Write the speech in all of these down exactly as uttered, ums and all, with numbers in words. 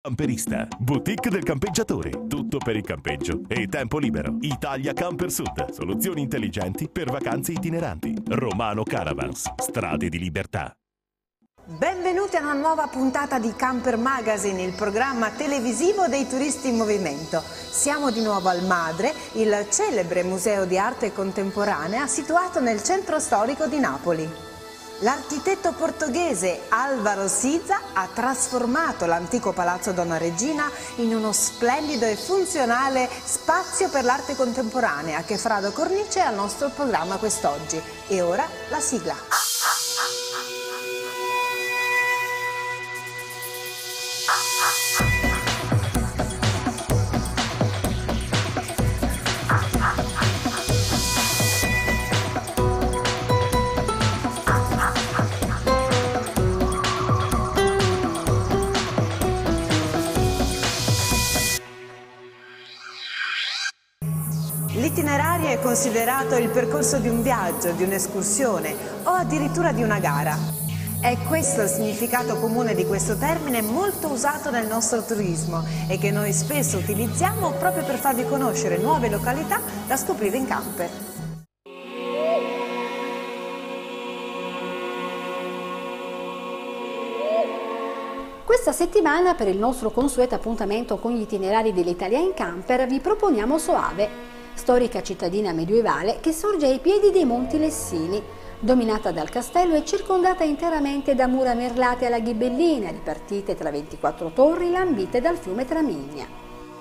Camperista, boutique del campeggiatore, tutto per il campeggio e tempo libero. Italia Camper Sud, soluzioni intelligenti per vacanze itineranti. Romano Caravans, strade di libertà. Benvenuti a una nuova puntata di Camper Magazine, il programma televisivo dei turisti in movimento. Siamo di nuovo al Madre, il celebre museo di arte contemporanea situato nel centro storico di Napoli. L'architetto portoghese Álvaro Siza ha trasformato l'antico Palazzo Donna Regina in uno splendido e funzionale spazio per l'arte contemporanea che farà da cornice al nostro programma quest'oggi. E ora la sigla. L'itinerario è considerato il percorso di un viaggio, di un'escursione o addirittura di una gara. È questo il significato comune di questo termine molto usato nel nostro turismo e che noi spesso utilizziamo proprio per farvi conoscere nuove località da scoprire in camper. Questa settimana, per il nostro consueto appuntamento con gli itinerari dell'Italia in camper, vi proponiamo Soave, storica cittadina medievale che sorge ai piedi dei Monti Lessini, dominata dal castello e circondata interamente da mura merlate alla ghibellina, ripartite tra ventiquattro torri lambite dal fiume Tramigna.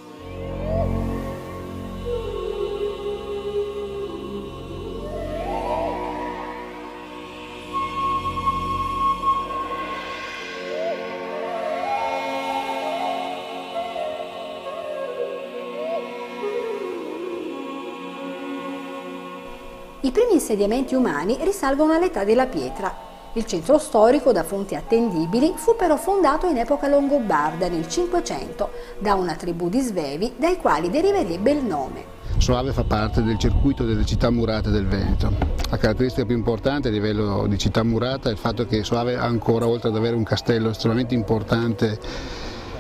I primi insediamenti umani risalgono all'età della pietra. Il centro storico, da fonti attendibili, fu però fondato in epoca longobarda nel Cinquecento da una tribù di Svevi, dai quali deriverebbe il nome. Soave fa parte del circuito delle città murate del Veneto. La caratteristica più importante a livello di città murata è il fatto che Soave ha ancora, oltre ad avere un castello estremamente importante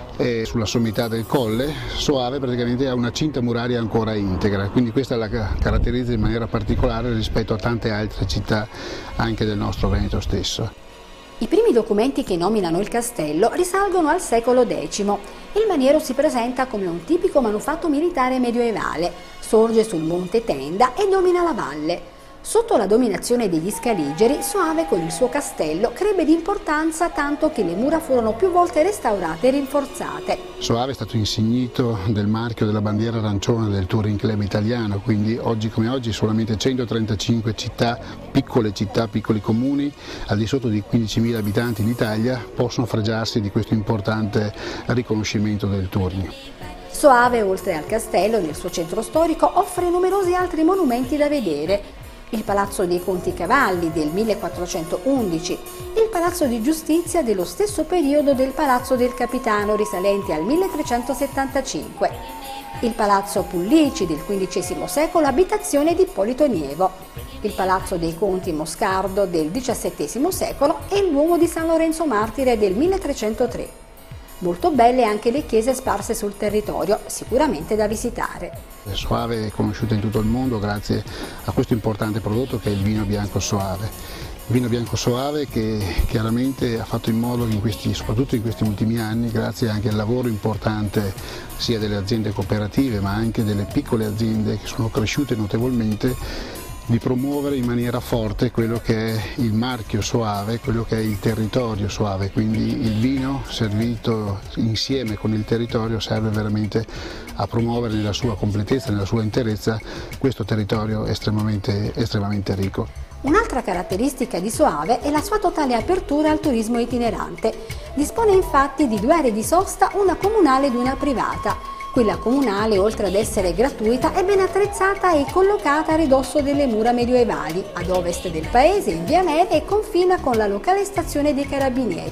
e sulla sommità del colle, Soave praticamente ha una cinta muraria ancora integra, quindi questa la caratterizza in maniera particolare rispetto a tante altre città anche del nostro Veneto stesso. I primi documenti che nominano il castello risalgono al secolo decimo. Il maniero si presenta come un tipico manufatto militare medievale, sorge sul monte Tenda e domina la valle. Sotto la dominazione degli Scaligeri, Soave con il suo castello crebbe di importanza tanto che le mura furono più volte restaurate e rinforzate. Soave è stato insignito del marchio della bandiera arancione del Touring Club italiano, quindi oggi come oggi solamente centotrentacinque città, piccole città, piccoli comuni, al di sotto di quindicimila abitanti in Italia, possono fregiarsi di questo importante riconoscimento del Touring. Soave, oltre al castello, nel suo centro storico offre numerosi altri monumenti da vedere. Il Palazzo dei Conti Cavalli del millequattrocentoundici, il Palazzo di Giustizia dello stesso periodo del Palazzo del Capitano risalente al milletrecentosettantacinque, il Palazzo Pullici del quindicesimo secolo, abitazione di Ippolito Nievo, il Palazzo dei Conti Moscardo del diciassettesimo secolo e il Duomo di San Lorenzo Martire del milletrecentotre. Molto belle anche le chiese sparse sul territorio, sicuramente da visitare. Soave è conosciuta in tutto il mondo grazie a questo importante prodotto che è il vino bianco Soave. Il vino bianco Soave che chiaramente ha fatto in modo che in questi, soprattutto in questi ultimi anni, grazie anche al lavoro importante sia delle aziende cooperative ma anche delle piccole aziende che sono cresciute notevolmente, di promuovere in maniera forte quello che è il marchio Soave, quello che è il territorio Soave, quindi il vino servito insieme con il territorio serve veramente a promuovere nella sua completezza, nella sua interezza questo territorio estremamente, estremamente ricco. Un'altra caratteristica di Soave è la sua totale apertura al turismo itinerante. Dispone infatti di due aree di sosta, una comunale ed una privata. Quella comunale, oltre ad essere gratuita, è ben attrezzata e collocata a ridosso delle mura medievali, ad ovest del paese, in via Neve, e confina con la locale stazione dei Carabinieri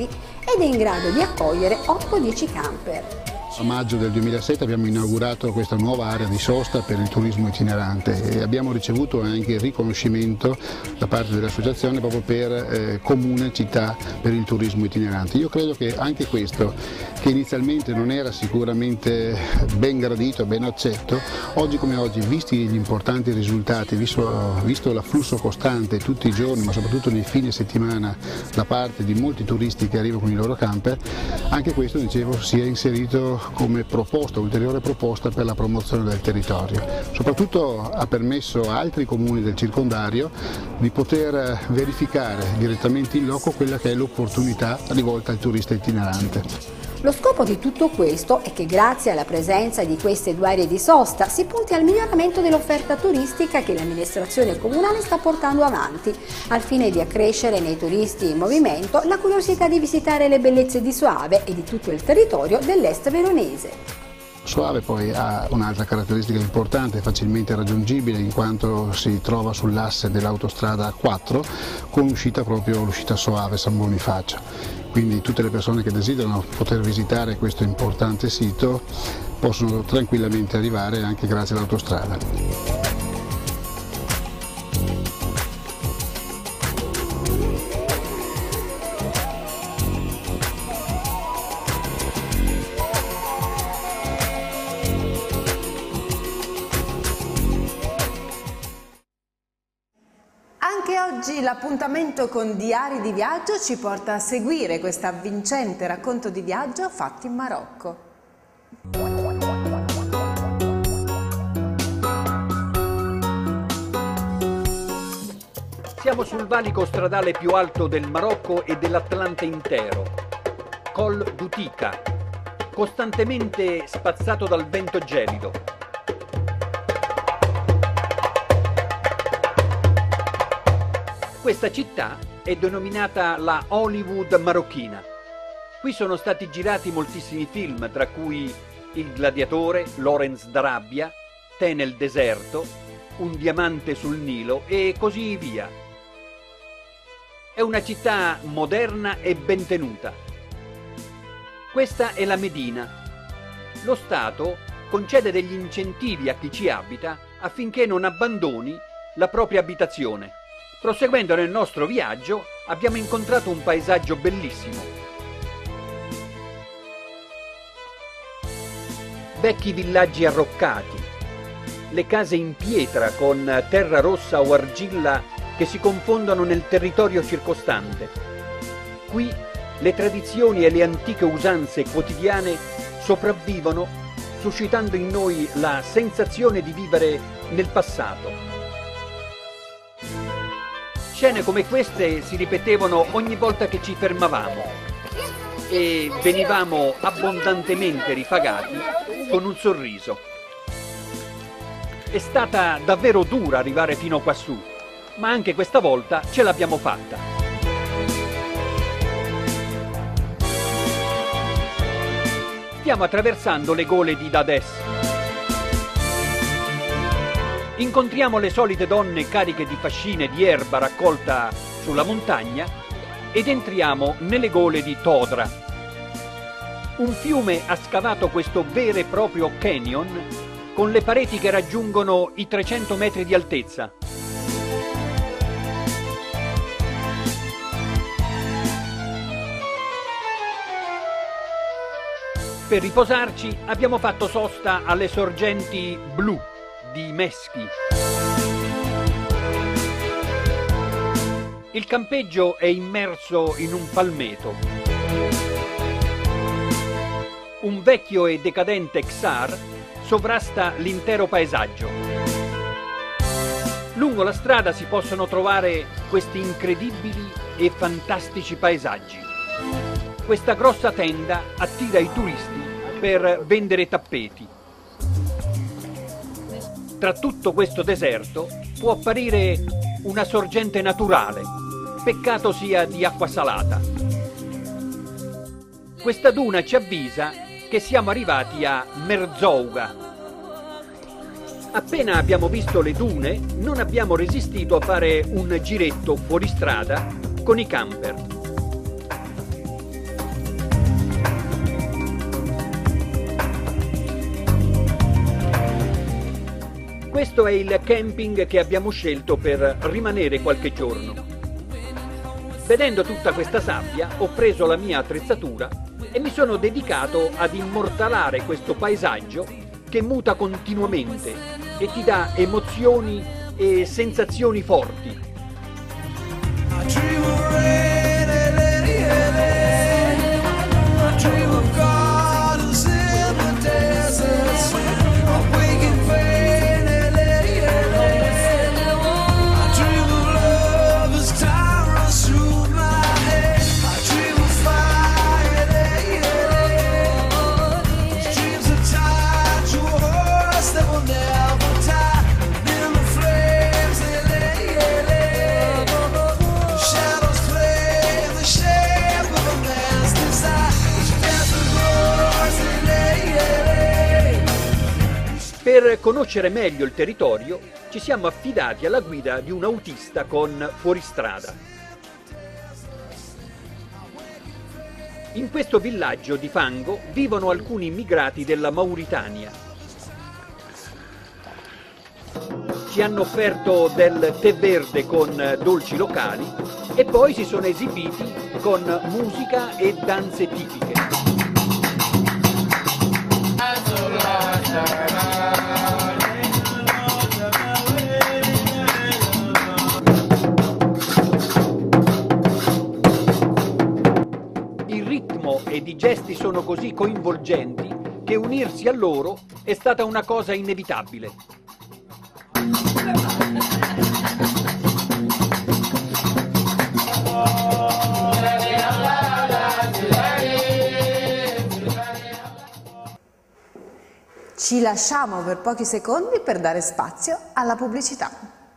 ed è in grado di accogliere otto dieci camper. A maggio del duemilasette abbiamo inaugurato questa nuova area di sosta per il turismo itinerante e abbiamo ricevuto anche il riconoscimento da parte dell'associazione proprio per eh, comune città per il turismo itinerante. Io credo che anche questo, che inizialmente non era sicuramente ben gradito, ben accetto, oggi come oggi, visti gli importanti risultati, visto, visto l'afflusso costante tutti i giorni, ma soprattutto nei fine settimana da parte di molti turisti che arrivano con i loro camper, anche questo, dicevo, si è inserito come proposta, ulteriore proposta per la promozione del territorio. Soprattutto ha permesso a altri comuni del circondario di poter verificare direttamente in loco quella che è l'opportunità rivolta al turista itinerante. Lo scopo di tutto questo è che grazie alla presenza di queste due aree di sosta si punti al miglioramento dell'offerta turistica che l'amministrazione comunale sta portando avanti, al fine di accrescere nei turisti in movimento la curiosità di visitare le bellezze di Soave e di tutto il territorio dell'est veronese. Soave poi ha un'altra caratteristica importante, facilmente raggiungibile in quanto si trova sull'asse dell'autostrada A quattro con uscita proprio l'uscita Soave San Bonifacio. Quindi tutte le persone che desiderano poter visitare questo importante sito possono tranquillamente arrivare anche grazie all'autostrada. Anche oggi l'appuntamento con Diari di Viaggio ci porta a seguire questo avvincente racconto di viaggio fatto in Marocco. Siamo sul valico stradale più alto del Marocco e dell'Atlante intero, Col d'Utica, costantemente spazzato dal vento gelido. Questa città è denominata la Hollywood marocchina. Qui sono stati girati moltissimi film, tra cui Il gladiatore, Lawrence d'Arabia, Te nel deserto, Un diamante sul Nilo e così via. È una città moderna e ben tenuta. Questa è la Medina. Lo Stato concede degli incentivi a chi ci abita affinché non abbandoni la propria abitazione. Proseguendo nel nostro viaggio abbiamo incontrato un paesaggio bellissimo. Vecchi villaggi arroccati, le case in pietra con terra rossa o argilla che si confondono nel territorio circostante. Qui le tradizioni e le antiche usanze quotidiane sopravvivono, suscitando in noi la sensazione di vivere nel passato. Scene come queste si ripetevano ogni volta che ci fermavamo e venivamo abbondantemente ripagati con un sorriso. È stata davvero dura arrivare fino quassù, ma anche questa volta ce l'abbiamo fatta. Stiamo attraversando le gole di Dades. Incontriamo le solite donne cariche di fascine di erba raccolta sulla montagna ed entriamo nelle gole di Todra. Un fiume ha scavato questo vero e proprio canyon con le pareti che raggiungono i trecento metri di altezza. Per riposarci abbiamo fatto sosta alle sorgenti blu di Meschi. Il campeggio è immerso in un palmeto. Un vecchio e decadente Xar sovrasta l'intero paesaggio. Lungo la strada si possono trovare questi incredibili e fantastici paesaggi. Questa grossa tenda attira i turisti per vendere tappeti. Tra tutto questo deserto può apparire una sorgente naturale, peccato sia di acqua salata. Questa duna ci avvisa che siamo arrivati a Merzouga. Appena abbiamo visto le dune, non abbiamo resistito a fare un giretto fuori strada con i camper. Questo è il camping che abbiamo scelto per rimanere qualche giorno. Vedendo tutta questa sabbia, ho preso la mia attrezzatura e mi sono dedicato ad immortalare questo paesaggio che muta continuamente e ti dà emozioni e sensazioni forti. Per conoscere meglio il territorio ci siamo affidati alla guida di un autista con fuoristrada. In questo villaggio di fango vivono alcuni immigrati della Mauritania. Ci hanno offerto del tè verde con dolci locali e poi si sono esibiti con musica e danze tipiche. Ed i gesti sono così coinvolgenti che unirsi a loro è stata una cosa inevitabile. Ci lasciamo per pochi secondi per dare spazio alla pubblicità.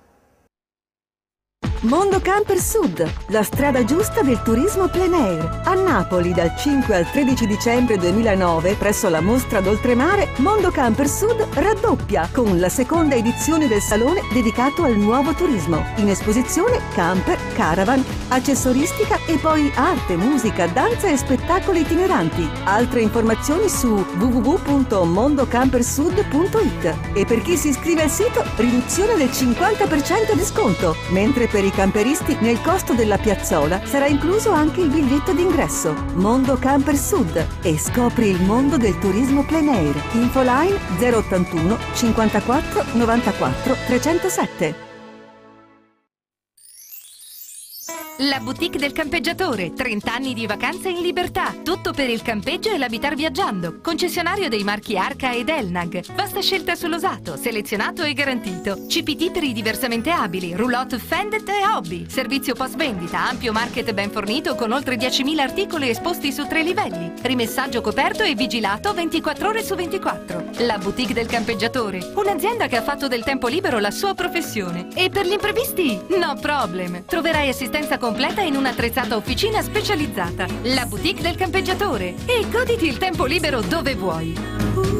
Mondo Camper Sud, la strada giusta del turismo plein air. A Napoli dal cinque al tredici dicembre duemilanove presso la mostra d'oltremare Mondo Camper Sud raddoppia con la seconda edizione del salone dedicato al nuovo turismo. In esposizione camper, caravan, accessoristica e poi arte, musica, danza e spettacoli itineranti. Altre informazioni su w w w punto mondocampersud punto it. E per chi si iscrive al sito riduzione del cinquanta per cento di sconto, mentre per i camperisti nel costo della piazzola sarà incluso anche il biglietto d'ingresso. Mondo Camper Sud e scopri il mondo del turismo plein air. Infoline zero ottantuno cinquantaquattro novantaquattro trecentosette. La boutique del campeggiatore, trenta anni di vacanze in libertà, tutto per il campeggio e l'abitar viaggiando, concessionario dei marchi Arca ed Elnag, vasta scelta sull'usato, selezionato e garantito, C P T per i diversamente abili, roulotte Fendet e hobby, servizio post vendita, ampio market ben fornito con oltre diecimila articoli esposti su tre livelli, rimessaggio coperto e vigilato ventiquattro ore su ventiquattro. La boutique del campeggiatore, un'azienda che ha fatto del tempo libero la sua professione. E per gli imprevisti? No problem! Troverai assistenza completa in un'attrezzata officina specializzata. La boutique del campeggiatore. E goditi il tempo libero dove vuoi.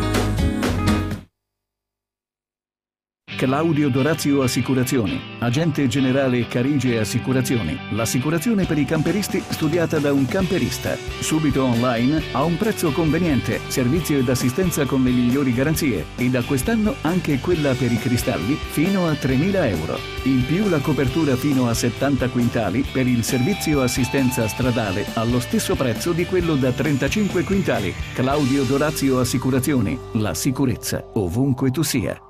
Claudio Dorazio Assicurazioni, agente generale Carige Assicurazioni, l'assicurazione per i camperisti studiata da un camperista, subito online a un prezzo conveniente, servizio ed assistenza con le migliori garanzie e da quest'anno anche quella per i cristalli fino a tremila euro. In più la copertura fino a settanta quintali per il servizio assistenza stradale allo stesso prezzo di quello da trentacinque quintali. Claudio Dorazio Assicurazioni, la sicurezza ovunque tu sia.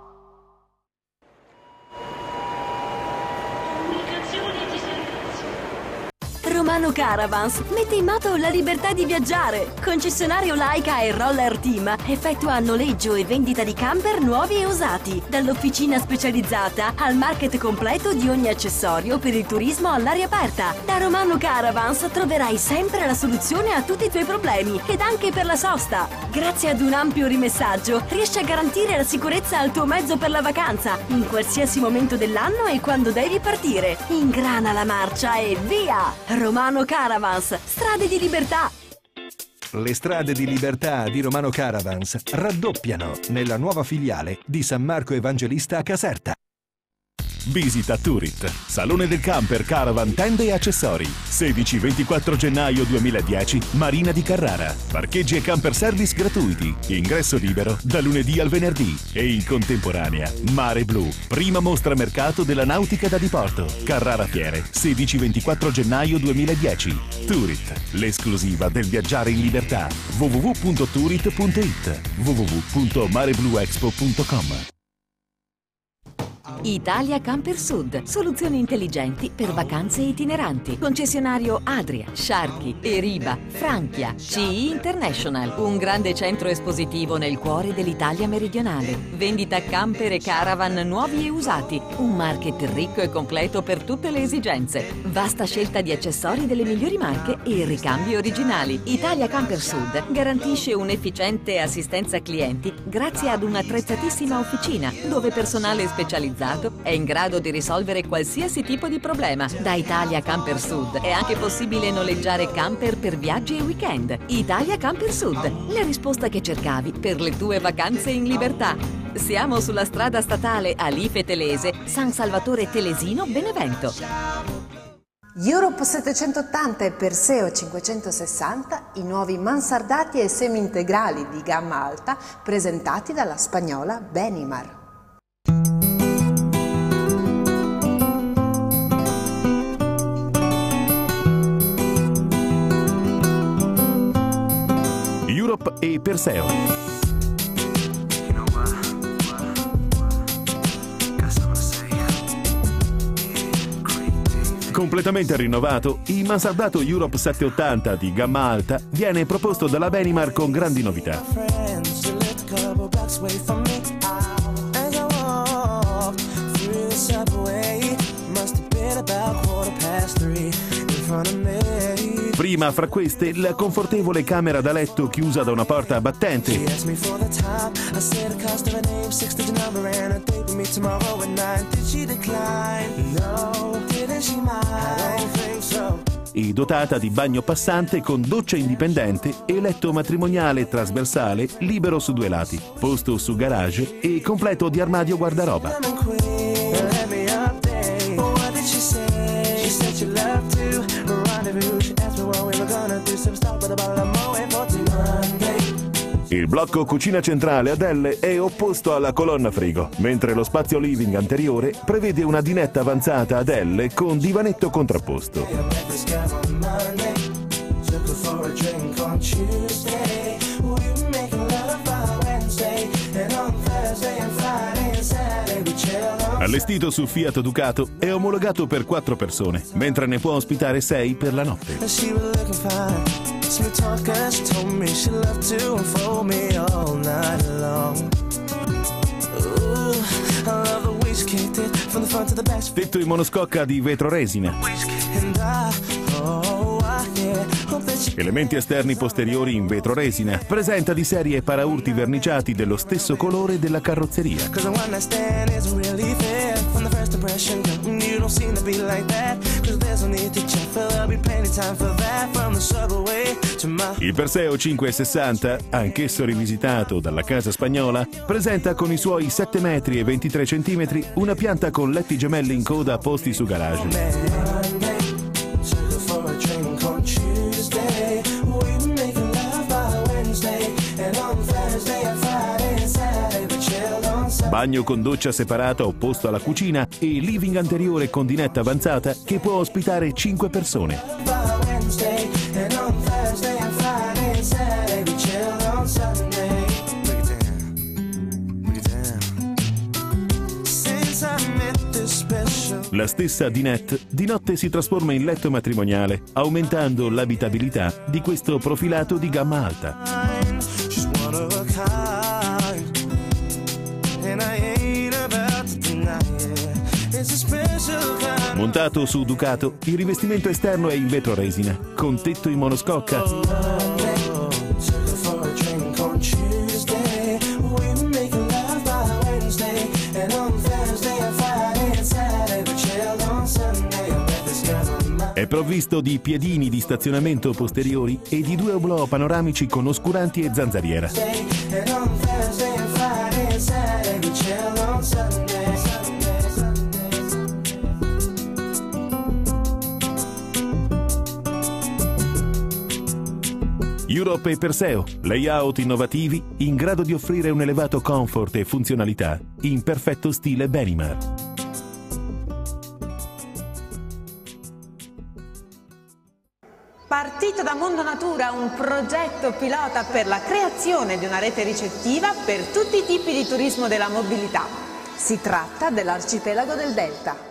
Romano Caravans mette in moto la libertà di viaggiare. Concessionario Laika e Roller Team effettua noleggio e vendita di camper nuovi e usati. Dall'officina specializzata al market completo di ogni accessorio per il turismo all'aria aperta. Da Romano Caravans troverai sempre la soluzione a tutti i tuoi problemi ed anche per la sosta. Grazie ad un ampio rimessaggio riesci a garantire la sicurezza al tuo mezzo per la vacanza in qualsiasi momento dell'anno e quando devi partire. Ingrana la marcia e via! Romano Caravans, strade di libertà. Le strade di libertà di Romano Caravans raddoppiano nella nuova filiale di San Marco Evangelista a Caserta. Visita Turit, Salone del Camper, Caravan, Tende e Accessori. sedici ventiquattro gennaio duemiladieci, Marina di Carrara. Parcheggi e camper service gratuiti. Ingresso libero da lunedì al venerdì. E in contemporanea, Mare Blu, prima mostra mercato della nautica da diporto. Carrara Fiere, sedici ventiquattro gennaio duemiladieci. Turit, l'esclusiva del viaggiare in libertà. w w w punto turit punto it, w w w punto marebluexpo punto com. Italia Camper Sud, soluzioni intelligenti per vacanze itineranti. Concessionario Adria, Sharky, Eriba, Franchia, C I International. Un grande centro espositivo nel cuore dell'Italia meridionale. Vendita camper e caravan nuovi e usati. Un market ricco e completo per tutte le esigenze. Vasta scelta di accessori delle migliori marche e ricambi originali. Italia Camper Sud garantisce un'efficiente assistenza clienti grazie ad un'attrezzatissima officina dove personale specializzato è in grado di risolvere qualsiasi tipo di problema. Da Italia Camper Sud è anche possibile noleggiare camper per viaggi e weekend. Italia Camper Sud, la risposta che cercavi per le tue vacanze in libertà. Siamo sulla strada statale Alife Telese, San Salvatore Telesino, Benevento. Europe settecentottanta e Perseo cinquecentosessanta, i nuovi mansardati e semi-integrali di gamma alta presentati dalla spagnola Benimar. Europe e Perseo. Completamente rinnovato, il mansardato Europe settecentottanta di gamma alta viene proposto dalla Benimar con grandi novità. Prima fra queste la confortevole camera da letto chiusa da una porta a battente, e dotata di bagno passante con doccia indipendente e letto matrimoniale trasversale libero su due lati, posto su garage e completo di armadio guardaroba. Il blocco cucina centrale ad L è opposto alla colonna frigo, mentre lo spazio living anteriore prevede una dinetta avanzata ad L con divanetto contrapposto. Allestito su Fiat Ducato, è omologato per quattro persone, mentre ne può ospitare sei per la notte. Tetto in monoscocca di vetro resina. Elementi esterni posteriori in vetro resina. Presenta di serie paraurti verniciati dello stesso colore della carrozzeria. Il Perseo cinquecentosessanta, anch'esso rivisitato dalla casa spagnola, presenta con i suoi sette metri e ventitré centimetri una pianta con letti gemelli in coda posti su garage. Bagno con doccia separata opposto alla cucina e living anteriore con dinetta avanzata che può ospitare cinque persone. La stessa dinette di notte si trasforma in letto matrimoniale, aumentando l'abitabilità di questo profilato di gamma alta. Montato su Ducato, il rivestimento esterno è in vetro resina, con tetto in monoscocca è provvisto di piedini di stazionamento posteriori e di due oblò panoramici con oscuranti e zanzariera. Europe e Perseo, layout innovativi in grado di offrire un elevato comfort e funzionalità in perfetto stile Benimar. Partito da Mondo Natura, un progetto pilota per la creazione di una rete ricettiva per tutti i tipi di turismo della mobilità. Si tratta dell'arcipelago del Delta.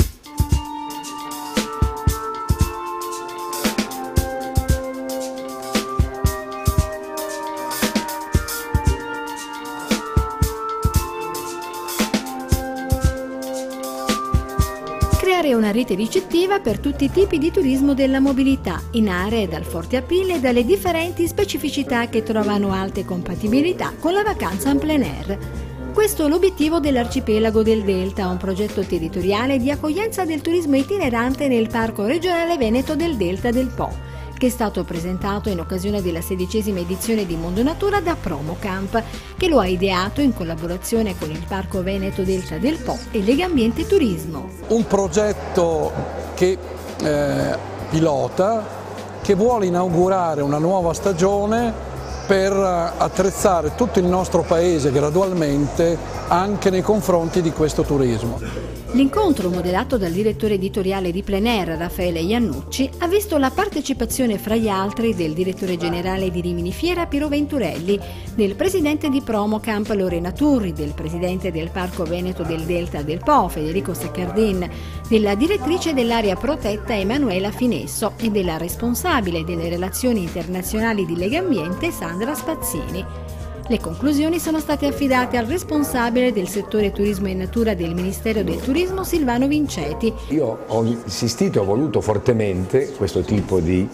Creare una rete ricettiva per tutti i tipi di turismo della mobilità, in aree dal forte appeal e dalle differenti specificità che trovano alte compatibilità con la vacanza en plein air. Questo è l'obiettivo dell'Arcipelago del Delta, un progetto territoriale di accoglienza del turismo itinerante nel Parco regionale Veneto del Delta del Po, che è stato presentato in occasione della sedicesima edizione di Mondo Natura da Promocamp, che lo ha ideato in collaborazione con il Parco Veneto Delta del Po e Legambiente Turismo. Un progetto che eh, pilota, che vuole inaugurare una nuova stagione per attrezzare tutto il nostro paese gradualmente anche nei confronti di questo turismo. L'incontro, moderato dal direttore editoriale di Plein Air Raffaele Iannucci, ha visto la partecipazione fra gli altri del direttore generale di Rimini Fiera Piero Venturelli, del presidente di Promocamp Lorena Turri, del presidente del Parco Veneto del Delta del Po Federico Seccardin, della direttrice dell'area protetta Emanuela Finesso e della responsabile delle relazioni internazionali di Legambiente Sandra Spazzini. Le conclusioni sono state affidate al responsabile del settore turismo e natura del Ministero del Turismo Silvano Vinceti. Io ho insistito e ho voluto fortemente questo tipo di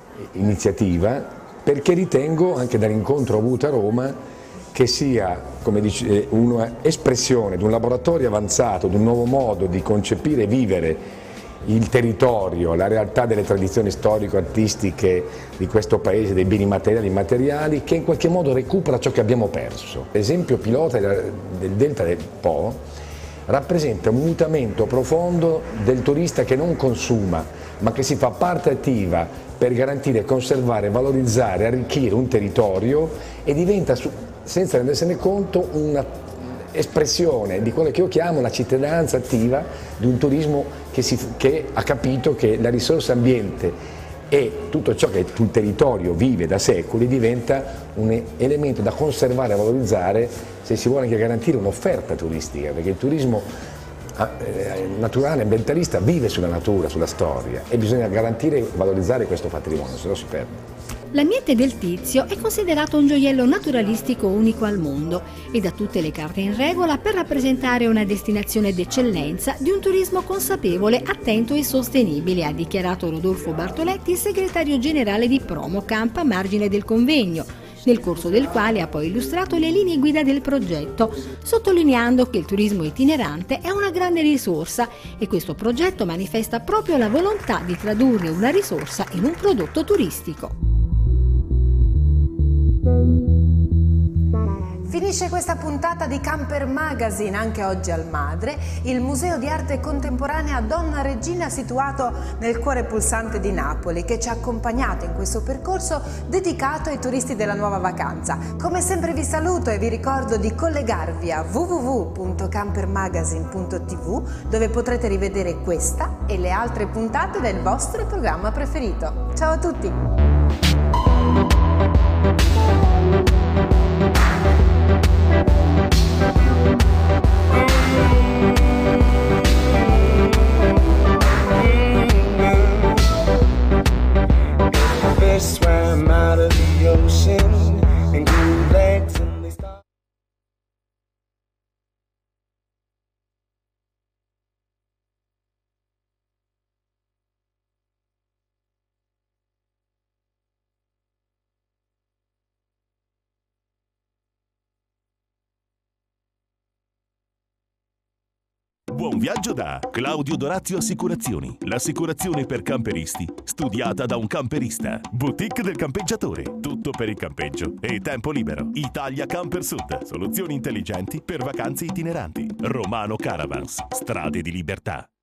iniziativa perché ritengo, anche dall'incontro avuto a Roma, che sia, come dice, un'espressione di un laboratorio avanzato, di un nuovo modo di concepire e vivere il territorio, la realtà delle tradizioni storico-artistiche di questo paese, dei beni materiali e immateriali, che in qualche modo recupera ciò che abbiamo perso. L'esempio pilota del Delta del Po rappresenta un mutamento profondo del turista che non consuma, ma che si fa parte attiva per garantire, conservare, valorizzare, arricchire un territorio e diventa, senza rendersene conto, una espressione di quello che io chiamo la cittadinanza attiva di un turismo che, si, che ha capito che la risorsa ambiente e tutto ciò che il territorio vive da secoli diventa un elemento da conservare e valorizzare se si vuole anche garantire un'offerta turistica, perché il turismo naturale, ambientalista vive sulla natura, sulla storia e bisogna garantire e valorizzare questo patrimonio, se no si perde. L'ambiente del Tizio è considerato un gioiello naturalistico unico al mondo ed ha tutte le carte in regola per rappresentare una destinazione d'eccellenza di un turismo consapevole, attento e sostenibile, ha dichiarato Rodolfo Bartoletti, segretario generale di Promocamp a margine del convegno, nel corso del quale ha poi illustrato le linee guida del progetto, sottolineando che il turismo itinerante è una grande risorsa e questo progetto manifesta proprio la volontà di tradurre una risorsa in un prodotto turistico. Finisce questa puntata di Camper Magazine anche oggi al Madre, il Museo di Arte Contemporanea Donna Regina situato nel cuore pulsante di Napoli, che ci ha accompagnato in questo percorso dedicato ai turisti della nuova vacanza. Come sempre vi saluto e vi ricordo di collegarvi a w w w punto campermagazine punto t v dove potrete rivedere questa e le altre puntate del vostro programma preferito. Ciao a tutti! Swam out of the ocean and grew legs and they started. Buon viaggio da Claudio Dorazio Assicurazioni, l'assicurazione per camperisti, studiata da un camperista. Boutique del campeggiatore, tutto per il campeggio e tempo libero. Italia Camper Sud, soluzioni intelligenti per vacanze itineranti. Romano Caravans, strade di libertà.